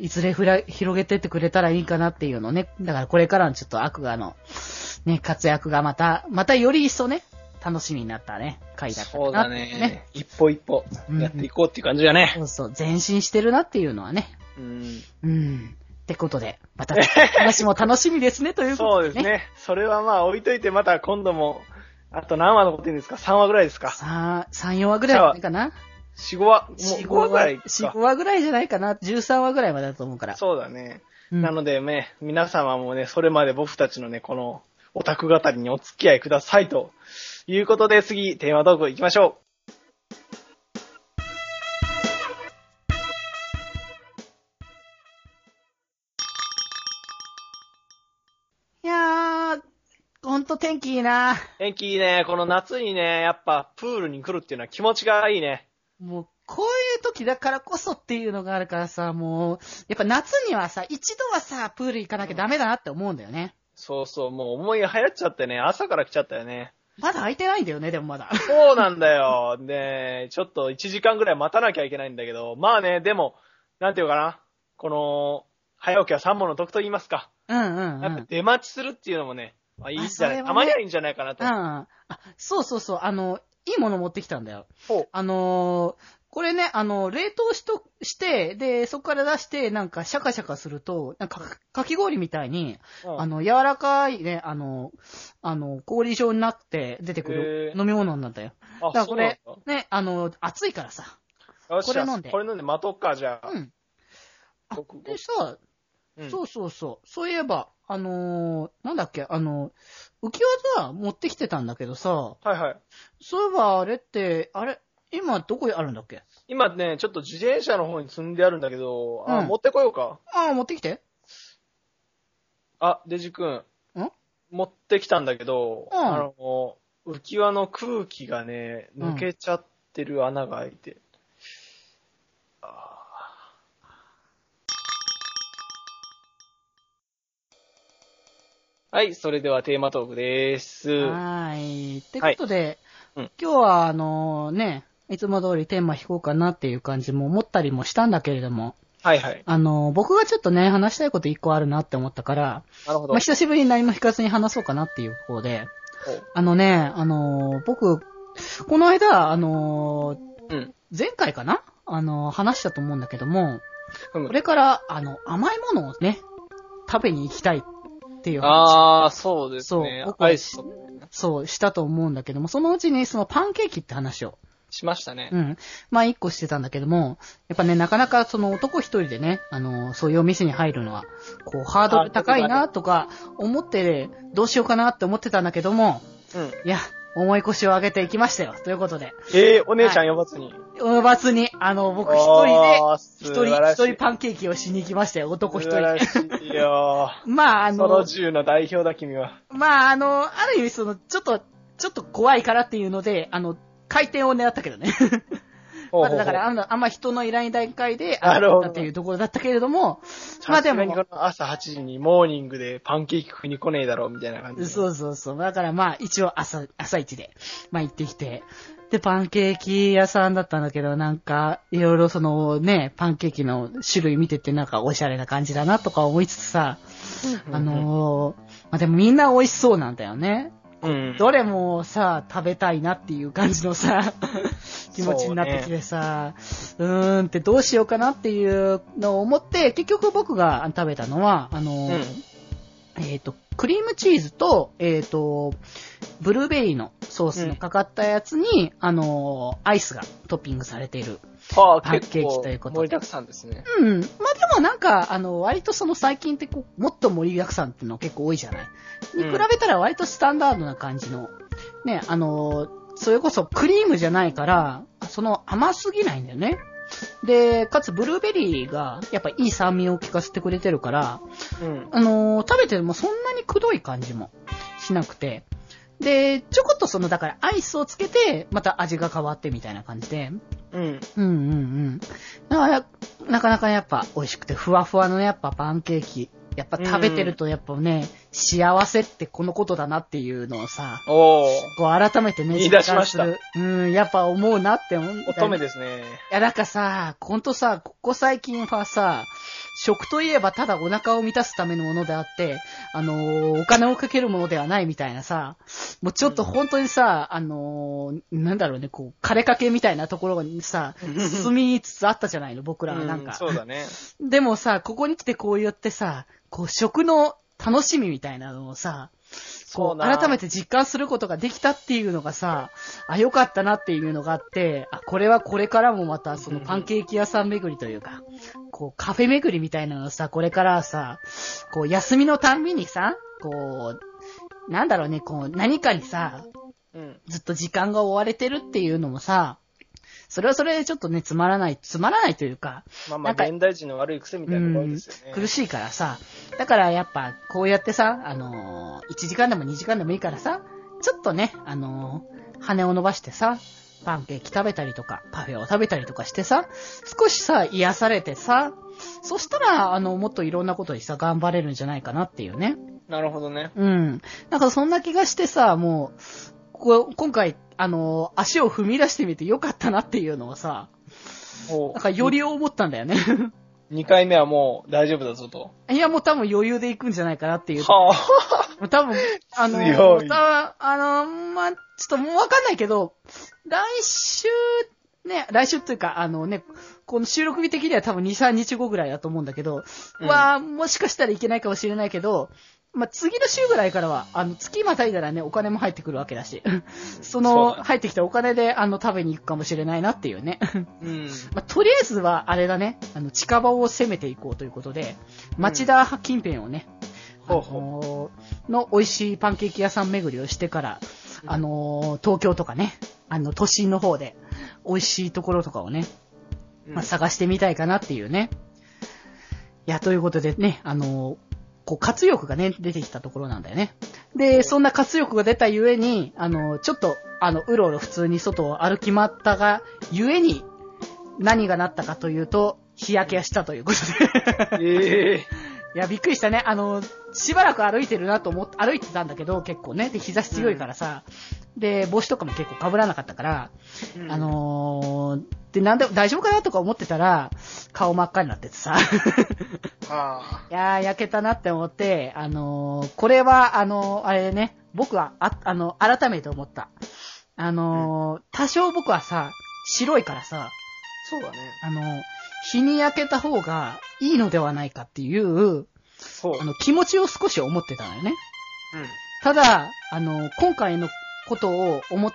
いずれふら広げてってくれたらいいかなっていうのね。だからこれからのちょっとアクアの、ね、活躍がまた、またより一層ね、楽しみになったね、回だったかなって、ね。そうだね。 一歩一歩やっていこうっていう感じだね。 うん、そうそう、前進してるなっていうのはね。うん。うん。ってことで、また話も楽しみですね、ということで、ね。 そうですね。それはまあ置いといて、また今度も、あと何話のこと言うんですか ?さん 話ぐらいですか ?さん、さん、よんわぐらいじゃないかな。 よん、ご話、もうご話ぐらいか。 よん、ご話ぐらいじゃないかな。じゅうさんわぐらいまでだと思うから。 そうだね。うん、なのでね、皆様もね、それまで僕たちのね、このオタク語りにお付き合いくださいということで、次、テーマトーク行きましょう。 ほんと天気いいな。 天気いいね。この夏にね、やっぱプールに来るっていうのは気持ちがいいね。 もう、こういう時だからこそっていうのがあるからさ、もう、やっぱ夏にはさ、一度はさ、プール行かなきゃダメだなって思うんだよね。 そうそう、もう思いが流行っちゃってね、朝から来ちゃったよね。 まだ空いてないんだよね、でもまだ。 そうなんだよ。で、ちょっといちじかんぐらい待たなきゃいけないんだけど、まあね、でも、なんていうかな。この、早起きは三本の得と言いますか。 うんうん、うん。 やっぱ出待ちするっていうのもね、まあ、いいんじゃない、ね、たまにはいいんじゃないかなと。 うん。あ、そうそうそう、あの、いいもの持ってきたんだよ。ほう。あのー、これね、あの、冷凍しと、して、で、そこから出して、なんか、シャカシャカすると、なんか、かき氷みたいに、うん、あの、柔らかいね、あの、あの、氷状になって出てくる飲み物なんだよ。あ、だからこれ、ね、あの、暑いからさ。 よし、これ飲んで。これ飲んで待とっか、じゃあ。うん。 あ、でさ、うん、そうそうそう。そういえば、あのー、なんだっけ、あの、浮き輪さ、持ってきてたんだけどさ。はいはい。そういえば、あれって、あれ、今どこにあるんだっけ？ 今ね、ちょっと自転車の方に積んであるんだけど、うん、あ、持ってこようか。 あ、持ってきて。 あ、デジ君。ん？持ってきたんだけど、うん、あの、浮き輪の空気がね、抜けちゃってる穴が開いて。うん、はい、それではテーマトークでーす。 はーい。ってことで、はい、うん、今日はあのね、いつも通りテーマ引こうかなっていう感じも思ったりもしたんだけれども、はいはい。あの、僕がちょっとね、話したいこと一個あるなって思ったから、なるほど。まあ、久しぶりに何も引かずに話そうかなっていう方で、あのね、あの、僕、この間、あの、うん、前回かなあの、話したと思うんだけども、うん、これから、あの、甘いものをね、食べに行きたいっていう話。 ああ、そうですね。 そう、僕はし、そう、したと思うんだけども、そのうちにそのパンケーキって話を。 しましたね。 うん。まあ一個してたんだけども、やっぱね、なかなかその男一人でね、あの、そういうお店に入るのは、こう、ハードル高いなとか思って、どうしようかなって思ってたんだけども、うん。いや、 重い腰を上げていきましたよ。ということで。 えー、お姉ちゃん呼ばずに。 呼ばずに、あの、僕一人で、一人、一人パンケーキをしに行きましたよ。男一人で。 素晴らしいよ。 まあ、あの、 ソロじゅうの代表だ、君は。 まあ、あの、ある意味その、ちょっと、ちょっと怖いからっていうので、あの、回転を狙ったけどね。まだだからあんま、あんま人のいない段階で、あの、っていうところだったけれども、まあでも。 朝はちじにモーニングでパンケーキ食いに来ねえだろうみたいな感じ。 そうそうそう。だからまあ一応朝、朝一で、まあ行ってきて。で、パンケーキ屋さんだったんだけど、なんか、いろいろそのね、パンケーキの種類見ててなんかおしゃれな感じだなとか思いつつさ、あのー、まあでもみんな美味しそうなんだよね。うん、どれもさ、食べたいなっていう感じのさ、気持ちになってきてさ、う,、ね、うーんってどうしようかなっていうのを思って、結局僕が食べたのは、あの、うん、えっと、クリームチーズと、えっと、ブルーベリーのソースのかかったやつに、うん、あの、アイスがトッピングされている。パンケーキということで。 盛りだくさんですね。 うん。まあでもなんか、あの、割とその最近ってこう、もっと盛りだくさんっていうの結構多いじゃない。に比べたら割とスタンダードな感じの、ね、あの、それこそクリームじゃないから、その甘すぎないんだよね。で、かつブルーベリーがやっぱいい酸味を効かせてくれてるから、うん、あの、食べてもそんなにくどい感じもしなくて、で、ちょこっとその、だからアイスをつけて、また味が変わってみたいな感じで。うん。うんうんうん。だから、なかなかやっぱ美味しくて、ふわふわのやっぱパンケーキ。やっぱ食べてるとやっぱね、うん、幸せってこのことだなっていうのをさ、おこう改めてね、 言い出しました。 うん、やっぱ思うなって思う。 乙女ですね。 いや、なんかさ、ほんとさ、ここ最近はさ、食といえばただお腹を満たすためのものであって、あのー、お金をかけるものではないみたいなさ、もうちょっと本当にさ、うん、あのー、なんだろうね、こう、枯れかけみたいなところにさ、進みつつあったじゃないの、僕らはなんか、 うん。そうだね。 でもさ、ここに来てこう言ってさ、こう、食の楽しみみたいなのをさ、こう、改めて実感することができたっていうのがさ、あ、よかったなっていうのがあって、あ、これはこれからもまたそのパンケーキ屋さん巡りというか、こう、カフェ巡りみたいなのさ、これからはさ、こう、休みのたんびにさ、こう、なんだろうね、こう、何かにさ、ずっと時間が追われてるっていうのもさ、それはそれでちょっとね、つまらない、つまらないというか。 まあまあ、現代人の悪い癖みたいなものですよね、 うん。苦しいからさ。だからやっぱ、こうやってさ、あのー、いちじかんでもにじかんでもいいからさ、ちょっとね、あのー、羽を伸ばしてさ、パンケーキ食べたりとか、パフェを食べたりとかしてさ、少しさ、癒されてさ、そしたら、あの、もっといろんなことにさ、頑張れるんじゃないかなっていうね。 なるほどね。 うん。なんかそんな気がしてさ、もう、こ今回、あのー、足を踏み出してみてよかったなっていうのをさ、なんかより思ったんだよね。 にかいめはもう大丈夫だぞと。 いや、もう多分余裕で行くんじゃないかなっていう。はぁ。多分、あのー、 強い。 多分、あのー、まあ、ちょっともうわかんないけど、来週、ね、来週というか、あのね、この収録日的には多分に、さんにちごぐらいだと思うんだけど、うん、は、もしかしたらいけないかもしれないけど、まあ、次の週ぐらいからは、あの、月またいだらね、お金も入ってくるわけだし、その、入ってきたお金で、あの、食べに行くかもしれないなっていうね。うん。まあ、とりあえずは、あれだね、あの、近場を攻めていこうということで、町田近辺をね、うん、あのー、の美味しいパンケーキ屋さん巡りをしてから、あのー、東京とかね、あの、都心の方で、美味しいところとかをね、まあ、探してみたいかなっていうね。いや、ということでね、あのー、こう活力がね、出てきたところなんだよね。で、そんな活力が出たゆえに、あの、ちょっと、あの、うろうろ普通に外を歩き回ったが、ゆえに、何がなったかというと、日焼けがしたということで。ええー。いや、びっくりしたね。あの、しばらく歩いてるなと思って、歩いてたんだけど、結構ね。で、日差し強いからさ。うん、で、帽子とかも結構被らなかったから、うん、あのー、で、なんで、大丈夫かなとか思ってたら、顔真っ赤になっててさ。あいやー、焼けたなって思って、あのー、これは、あのー、あれね、僕は、あ、あの、改めて思った。あのー、うん、多少僕はさ、白いからさ、 そうだね。 あのー、日に焼けた方がいいのではないかっていう、そう。あの、気持ちを少し思ってたのよね。うん。ただ、あのー、今回のことを思って、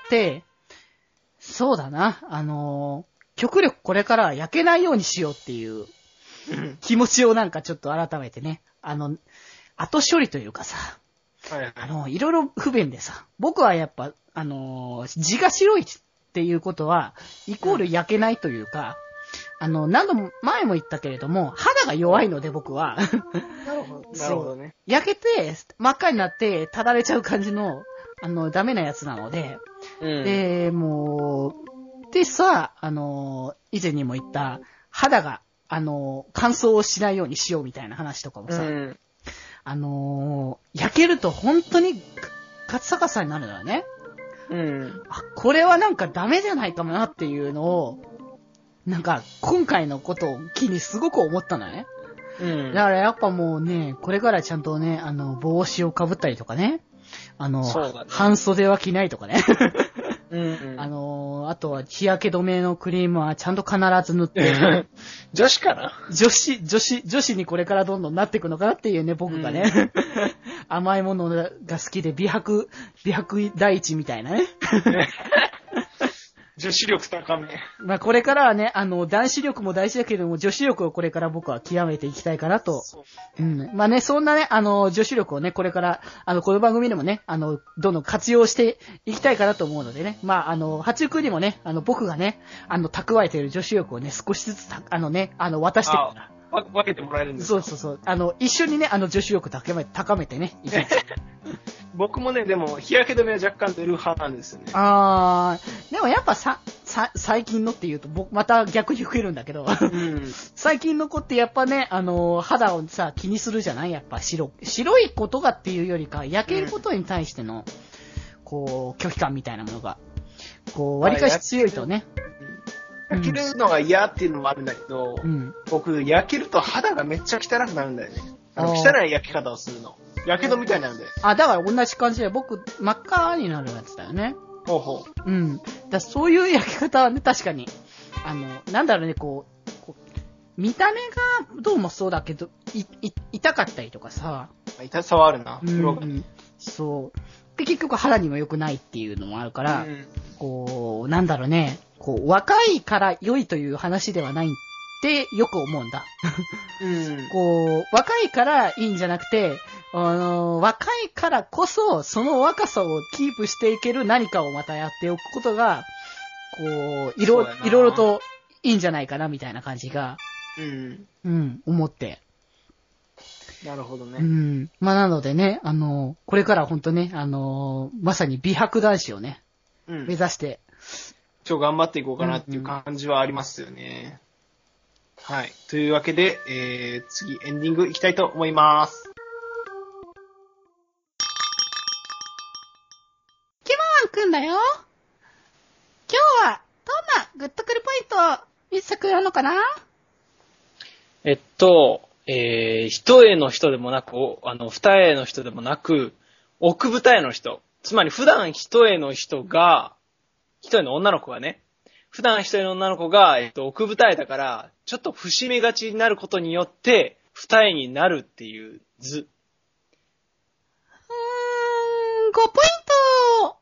そうだな、あのー、極力これからは焼けないようにしようっていう気持ちをなんかちょっと改めてね、あの、後処理というかさ、はいはい、あの、いろいろ不便でさ、僕はやっぱ、 あのー、地が白いっていうことは、イコール焼けないというか、あの、何度も、前も言ったけれども、肌が弱いので僕は。 なるほど。なるほどね。 焼けて、真っ赤になって、ただれちゃう感じの、あの、ダメなやつなので、うん、で、もう、でさ、あの、以前にも言った、肌が、あの、乾燥をしないようにしようみたいな話とかもさ、うん、あの、焼けると本当にカッサカサになるのよね。うん。あ、これはなんかダメじゃないかもなっていうのを、なんか、今回のことを機にすごく思ったのね。うん。だからやっぱもうね、これからちゃんとね、あの、帽子をかぶったりとかね。あの、ね、半袖は着ないとかね。うんうん、あのー、あとは日焼け止めのクリームはちゃんと必ず塗って。 女子かな女子、女子、女子にこれからどんどんなっていくのかなっていうね、僕がね。うん、甘いものが好きで美白、美白第一みたいなね。 女子力高め。 まあこれからはね、あの、男子力も大事だけれども、女子力をこれから僕は極めていきたいかなと。う。うん。まあね、そんなね、あの、女子力をね、これから、あの、この番組でもね、あの、どんどん活用していきたいかなと思うのでね。まあ、あの、八中にもね、あの、僕がね、あの、蓄えている女子力をね、少しずつ、あのね、あの、渡してくる。 分けてもらえるんですか？そうそうそう。あの、一緒にね、あの、女子力高め、高めてね、いきたい。 僕もね、でも、日焼け止めは若干出る派なんですよね。 あー、でもやっぱさ、さ、最近のって言うと、僕、また逆に増えるんだけど、うん、最近の子ってやっぱね、あの、肌をさ、気にするじゃない？やっぱ白、白いことがっていうよりか、焼けることに対しての、うん、こう、拒否感みたいなものが、こう、割かし強いとね。 焼けるのが嫌っていうのもあるんだけど、うん、僕、焼けると肌がめっちゃ汚くなるんだよね。あの汚い焼き方をするの。やけどみたいなんで。 あ、だから同じ感じで、僕、真っ赤になるやつだよね。 ほうほう。うん。だそういう焼き方はね、確かに。あの、なんだろうね、こう、こう見た目がどうもそうだけど、い、い、痛かったりとかさ。 痛さはあるな。 うん。そう。で、結局肌にも良くないっていうのもあるから、うん、こう、なんだろうね、こう、若いから良いという話ではないってよく思うんだ。うん、こう、若いからいいんじゃなくて、あの、若いからこそ、その若さをキープしていける何かをまたやっておくことが、こう、いろ、いろいろといいんじゃないかな、みたいな感じが、うん。うん、思って。 なるほどね。 うん。まあ、なのでね、あの、これからほんとね、あの、まさに美白男子をね、うん、目指して。 ちょ、頑張っていこうかなっていう感じはありますよね。うんうん、はい。というわけで、えー、次、エンディングいきたいと思います。 くんだよ。今日はどんなグッとくるポイントを見せてくれるのかな？ えっと、えー、一重の人でもなく、あの、二重の人でもなく、奥二重の人。つまり普段一重の人が、一重の女の子がね、普段一重の女の子が、えっと、奥二重だから、ちょっと節目がちになることによって、二重になるっていう図。うーん、ごポイント。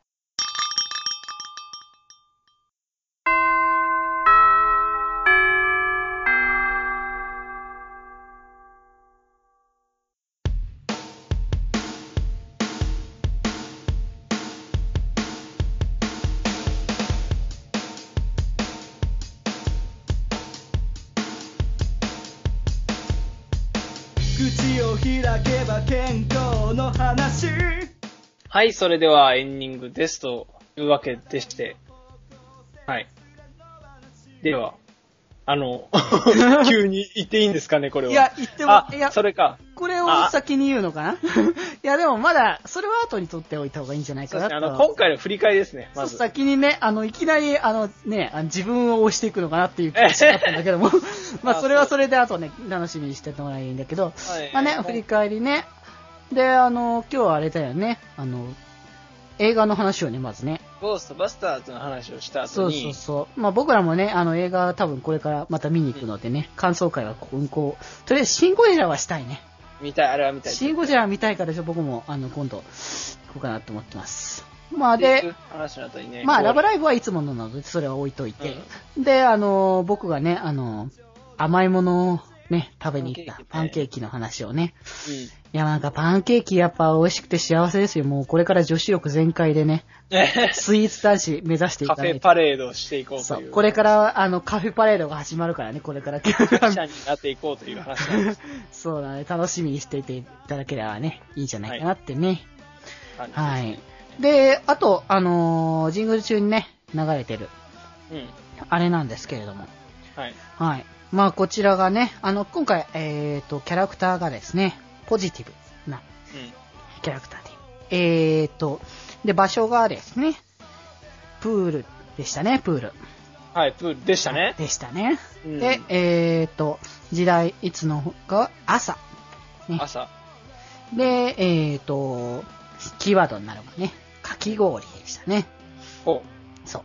口を開けば健康の話。 はい、それではエンディングですというわけでして。はい。では、あの、急に言っていいんですかね、これは。 いや、言っても、いや、 それか。 これを先に言うのかないや、でもまだ、それは後に取っておいた方がいいんじゃないかなと。 そうですね、あの、今回の振り返りですね、まず。 先にね、あの、いきなり、あの、ね、あの自分を押していくのかなっていう気がしちゃったんだけども、まあ、それはそれで後ね、楽しみにしててもらえばいいんだけど、はい、まあね、振り返りね。で、あの、今日はあれだよね、あの、映画の話をね、まずね。 ゴーストバスターズの話をした後に。 そうそうそう。まあ僕らもね、あの映画多分これからまた見に行くのでね、うん、感想会はここ、とりあえずシンゴジラはしたいね。 見たい、あれは見たい。 シンゴジラは見たいからでしょ、僕も、あの、今度、行こうかなと思ってます。まあで、 話の後にね、 まあラブライブはいつものなので、それは置いといて。うん、で、あの、僕がね、あの、甘いものをね、食べに行ったパンケーキの話をね、 いや、なんかパンケーキやっぱ美味しくて幸せですよ。もうこれから女子力全開でね、スイーツ男子目指していかないと。 カフェパレードしていこうという。 そう。これから、あの、カフェパレードが始まるからね、これから。記者になっていこうという話なんです。 そうだね、楽しみにしていていただければね、いいんじゃないかなってね。はい。はい、で、あと、あのー、ジングル中にね、流れてる。うん。あれなんですけれども。はい。はい。まあ、こちらがね、あの、今回、えっと、キャラクターがですね、ポジティブな、キャラクターで。うん、えっと、で、場所がですね、プールでしたね、プール。 はい、プールでしたね。 でしたね。うん、で、えっと、時代、いつのが、朝。 ね、朝。 で、えっと、キーワードになるのがね、かき氷でしたね。 ほう。そう。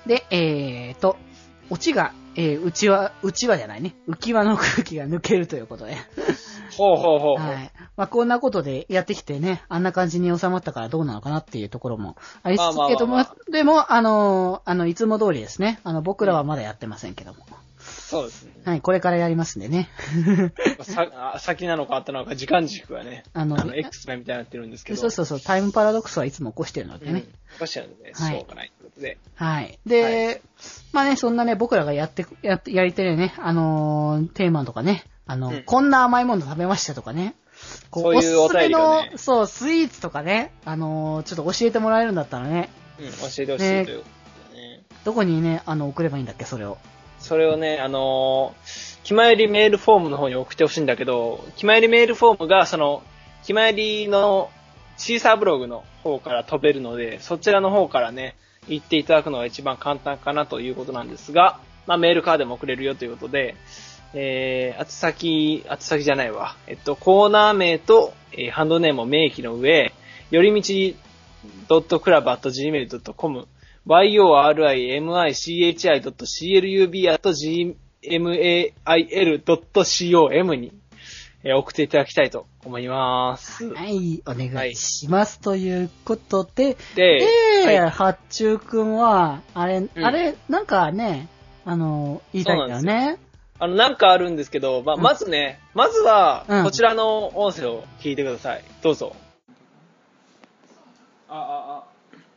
で、えっと、オチが、えー、うちわ、うちわじゃないね。浮き輪の空気が抜けるということで。 ほうほうほう。 はい。まあ、こんなことでやってきてね、あんな感じに収まったからどうなのかなっていうところもありつつけども、でも、あの、あの、いつも通りですね。あの、僕らはまだやってませんけども。 そうですね。 はい、これからやりますんでね。 さ先なのか後なのか時間軸がね、あの、あの X メンみたいになってるんですけど。 そうそうそう、タイムパラドックスはいつも起こしてるのでね。うん、起こしてるので、はい、しょうがないということで。 はい。で、はい、まあね、そんなね、僕らがやって、や、やりてるね、あのー、テーマとかね、あの、うん、こんな甘いもの食べましたとかね。 こう、そういうお便りをね。 そう、スイーツとかね、あのー、ちょっと教えてもらえるんだったらね。 うん、教えてほしいということでね。 どこにね、あの、送ればいいんだっけ、それを。 それをね、あのー、気まよりメールフォームの方に送ってほしいんだけど、気まよりメールフォームが、その、気まよりのシーサーブログの方から飛べるので、そちらの方からね、行っていただくのが一番簡単かなということなんですが、まあメールカーでも送れるよということで、えー、あつ先、あつ先じゃないわ。えっと、コーナー名と、えー、ハンドネームを明記の上、よりみち .club アット ジーメール ドットコム、yorimichi.club アット ジーメール ドットコム に送っていただきたいと思います。 はい、お願いします。はい、ということで、 で、 で、はい、八中くんは、あれ、うん、あれ、なんかね、あの、言いたいんだよね。 あの、なんかあるんですけど、まあ、まずね、うん、まずは、こちらの音声を聞いてください。どうぞ。あ、あ、あ。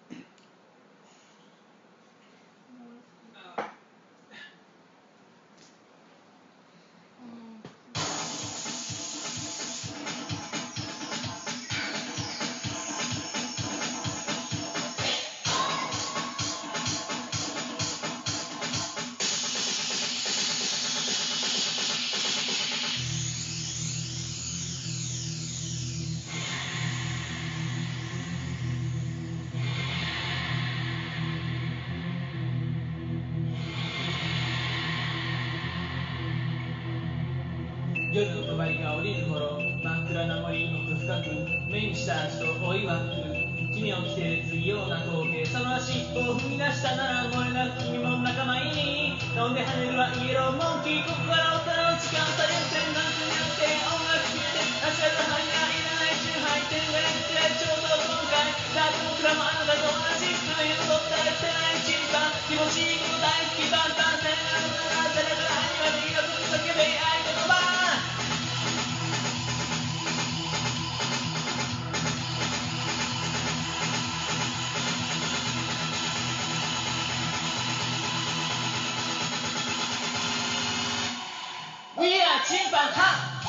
夜の帳が降りる頃、真っ暗な森奥深く目にした人追いは来る。君を着て次ような光景、その足一歩を踏み出したなら、漏れなく君も仲間入り。飛んで跳ねるはイエローモンキー、ここから大人の時間される天なんてなって音楽聴いて、足跡張りがいらない周波点がやってちょうど今回。だって僕らもあなたと同じくらいの取ったれてないチンパン、気持ちいいこと大好きバンバンせんあなたが誰か愛はできなく叫べ愛言葉。We are チンパンハ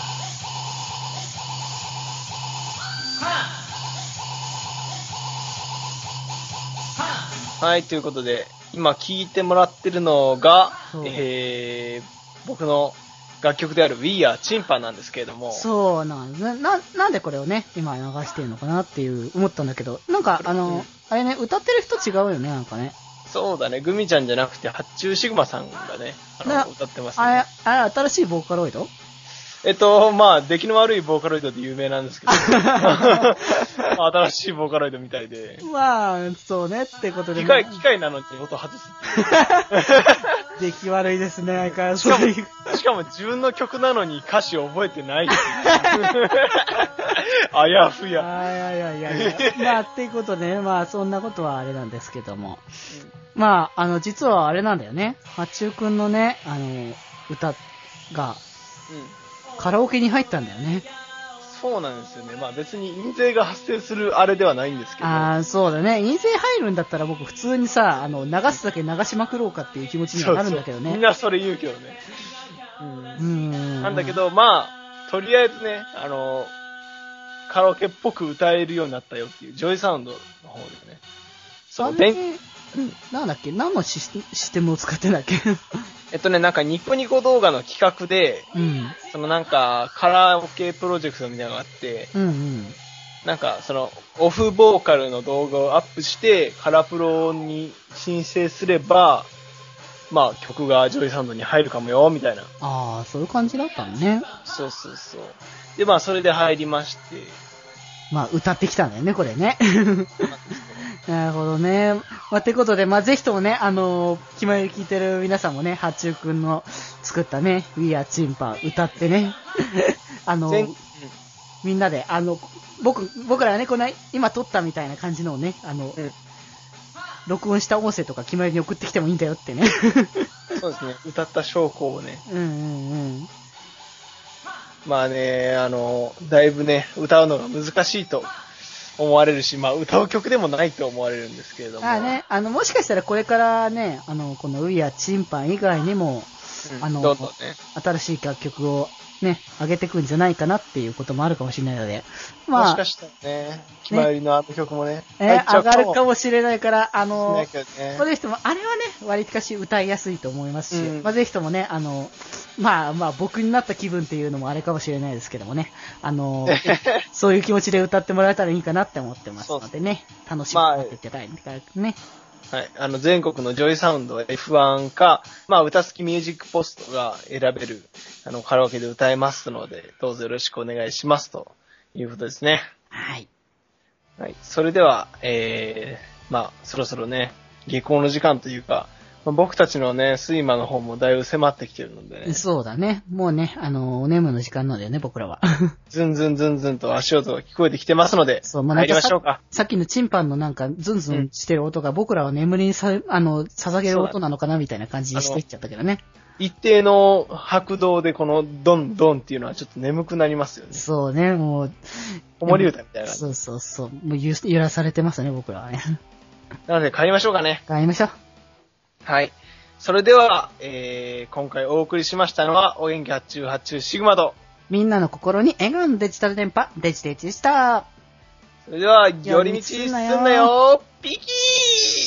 はい、ということで、今聴いてもらってるのが、えー、僕の楽曲である We are チンパンなんですけれども。 そうなんですね。な、なんでこれをね、今流してるのかなっていう思ったんだけど、なんかあの、うん、あれね、歌ってる人違うよね、なんかね。 そうだね、グミちゃんじゃなくて、発注シグマさんがね、あの歌ってますね。 あれ、あれ、新しいボーカロイド？ えっと、まあ、出来の悪いボーカロイドで有名なんですけど、まあ、新しいボーカロイドみたいで。 まあ、そうね、ってことで、 機械、機械なのに音外す。 出来悪いですね、相変わらず。 しかも、しかも自分の曲なのに歌詞を覚えてないっていう。あやふや。 いやいやいやいや。まあ、っていうことでね、まあ、そんなことはあれなんですけども。うん、まあ、あの、実はあれなんだよね。八中くんのね、あの、歌が、うん、カラオケに入ったんだよね。 そうなんですよね。まあ別に印税が発生するあれではないんですけど。 ああ、そうだね。印税入るんだったら僕普通にさ、あの、流すだけ流しまくろうかっていう気持ちにはなるんだけどね。そうそう、 みんなそれ言うけどね。 うん。うんなんだけど、まあ、とりあえずね、あの、カラオケっぽく歌えるようになったよっていう、ジョイサウンドの方でね。 そう、で、うん、なんだっけ、何のシステム、システムを使ってんだっけえっとね、なんかニコニコ動画の企画で、うん、そのなんかカラオケプロジェクトみたいなのがあって、うんうん、なんかそのオフボーカルの動画をアップしてカラプロに申請すれば、まあ曲がジョイサウンドに入るかもよ、みたいな。 ああ、そういう感じだったのね。 そうそうそう。で、まあそれで入りまして。 まあ歌ってきたんだよね、これね。なるほどね。まあ、てことで、まあ、ぜひともね、あのー、決まり聞いてる皆さんもね、ハチューくんの作ったね、We Are チンパ歌ってね、あのー、みんなで、あの、僕、僕らがね、この、今撮ったみたいな感じのをね、あの、うん、録音した音声とか決まりに送ってきてもいいんだよってね。 そうですね、歌った証拠をね。 うんうんうん。 まあね、あの、だいぶね、歌うのが難しいと思われるし、まあ歌う曲でもないと思われるんですけれども。 ああね、あの、もしかしたらこれからね、あの、このウィアチンパン以外にも、うん、あの、 どんどんね、 新しい楽曲をね、上げてくんじゃないかなっていうこともあるかもしれないので。まあ。 もしかしたらね、決まりのあの曲もね、 ねえ、上がるかもしれないから、あの、 ね、 まあ、ぜひとも、あれはね、割かし歌いやすいと思いますし、うん、まあ、ぜひともね、あの、まあまあ、僕になった気分っていうのもあれかもしれないですけどもね、あの、そういう気持ちで歌ってもらえたらいいかなって思ってますのでね、楽しみになっていただいてね。 はい。あの、全国のジョイサウンド エフワン か、まあ、歌好きミュージックポストが選べる、あの、カラオケで歌えますので、どうぞよろしくお願いしますということですね。 はい。 はい。それでは、えー、まあ、そろそろね、下校の時間というか、まあ、僕たちのね、睡魔の方もだいぶ迫ってきてるのでね。 そうだね。もうね、あの、お眠の時間なんだよね、僕らは。 ズンズンズンズンと足音が聞こえてきてますので、そう、まあ、入りましょうか。 さっきのチンパンのなんか、ズンズンしてる音が僕らは眠りにさ、あの、捧げる音なのかなみたいな感じにしていっちゃったけどね。 一定の拍動でこのドンドンっていうのはちょっと眠くなりますよね。 そうね、もう。 子守歌みたいな。 そうそうそう。もうゆ揺らされてますね、僕らはね。 なので帰りましょうかね。 帰りましょう。 はい。それでは、えー、今回お送りしましたのは、お元気発注発注シグマと、 みんなの心に笑顔のデジタル電波、デジデジでした。 それでは、寄り道すんなよ、ピキー